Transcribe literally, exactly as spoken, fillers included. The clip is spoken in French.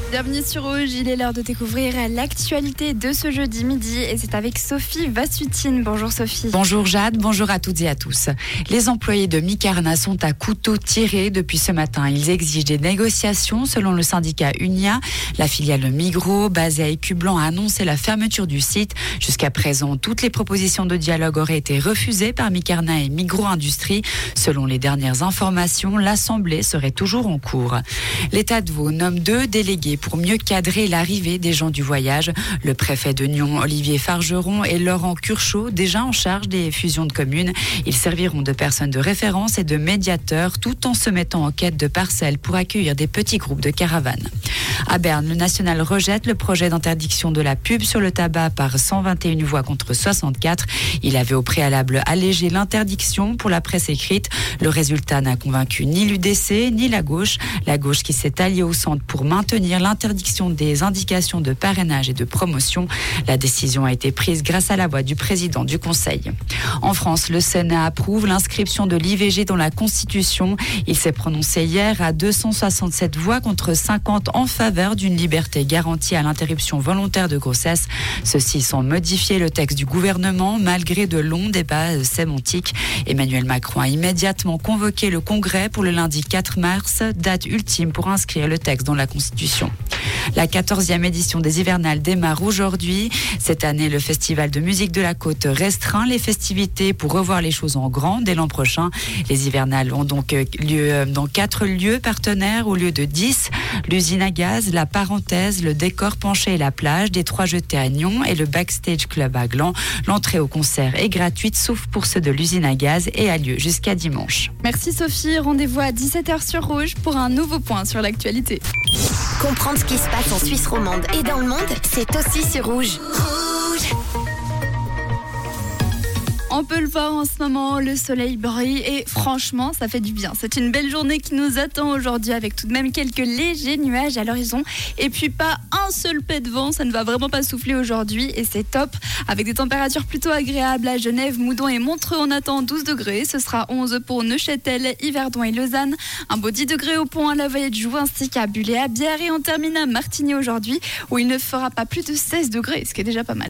Bienvenue sur Rouge, il est l'heure de découvrir l'actualité de ce jeudi midi et c'est avec Sophie Vassutine. Bonjour Sophie. Bonjour Jade, bonjour à toutes et à tous. Les employés de Micarna sont à couteau tiré depuis ce matin. Ils exigent des négociations selon le syndicat Unia. La filiale Migros, basée à Écublanc, a annoncé la fermeture du site. Jusqu'à présent, toutes les propositions de dialogue auraient été refusées par Micarna et Migros Industrie. Selon les dernières informations, l'Assemblée serait toujours en cours. L'État de Vaud nomme deux délégués pour mieux cadrer l'arrivée des gens du voyage. Le préfet de Nyon, Olivier Fargeron, et Laurent Curchot, déjà en charge des fusions de communes. Ils serviront de personnes de référence et de médiateurs tout en se mettant en quête de parcelles pour accueillir des petits groupes de caravanes. À Berne, le national rejette le projet d'interdiction de la pub sur le tabac par cent vingt et une voix contre soixante-quatre. Il avait au préalable allégé l'interdiction pour la presse écrite. Le résultat n'a convaincu ni l'U D C ni la gauche. La gauche qui s'est alliée au centre pour maintenir l'interdiction des indications de parrainage et de promotion. La décision a été prise grâce à la voix du président du Conseil. En France, le Sénat approuve l'inscription de l'I V G dans la Constitution. Il s'est prononcé hier à deux cent soixante-sept voix contre cinquante en faveur d'une liberté garantie à l'interruption volontaire de grossesse. Ceux-ci sans modifier le texte du gouvernement malgré de longs débats sémantiques. Emmanuel Macron a immédiatement convoqué le Congrès pour le lundi quatre mars, date ultime pour inscrire le texte dans la Constitution. La quatorzième édition des Hivernales démarre aujourd'hui. Cette année, le Festival de musique de la Côte restreint les festivités pour revoir les choses en grand dès l'an prochain. Les Hivernales ont donc lieu dans quatre lieux partenaires au lieu de dix. L'usine à gaz, la parenthèse, le décor penché et la plage, des Trois Jetés à Nyon et le Backstage Club à Gland. L'entrée au concert est gratuite sauf pour ceux de l'usine à gaz et a lieu jusqu'à dimanche. Merci Sophie, rendez-vous à dix-sept heures sur Rouge pour un nouveau point sur l'actualité. Comprendre ce qui se passe en Suisse romande et dans le monde, c'est aussi sur Rouge. Rouge. On peut le voir en ce moment, le soleil brille et franchement, ça fait du bien. C'est une belle journée qui nous attend aujourd'hui avec tout de même quelques légers nuages à l'horizon. Et puis pas un seul pet de vent, ça ne va vraiment pas souffler aujourd'hui et c'est top. Avec des températures plutôt agréables à Genève, Moudon et Montreux, on attend douze degrés. Ce sera onze pour Neuchâtel, Yverdon et Lausanne. Un beau dix degrés au Pont à la Vallée de Joux ainsi qu'à Bulle et à Bière. Et on termine à Martigny aujourd'hui où il ne fera pas plus de seize degrés, ce qui est déjà pas mal.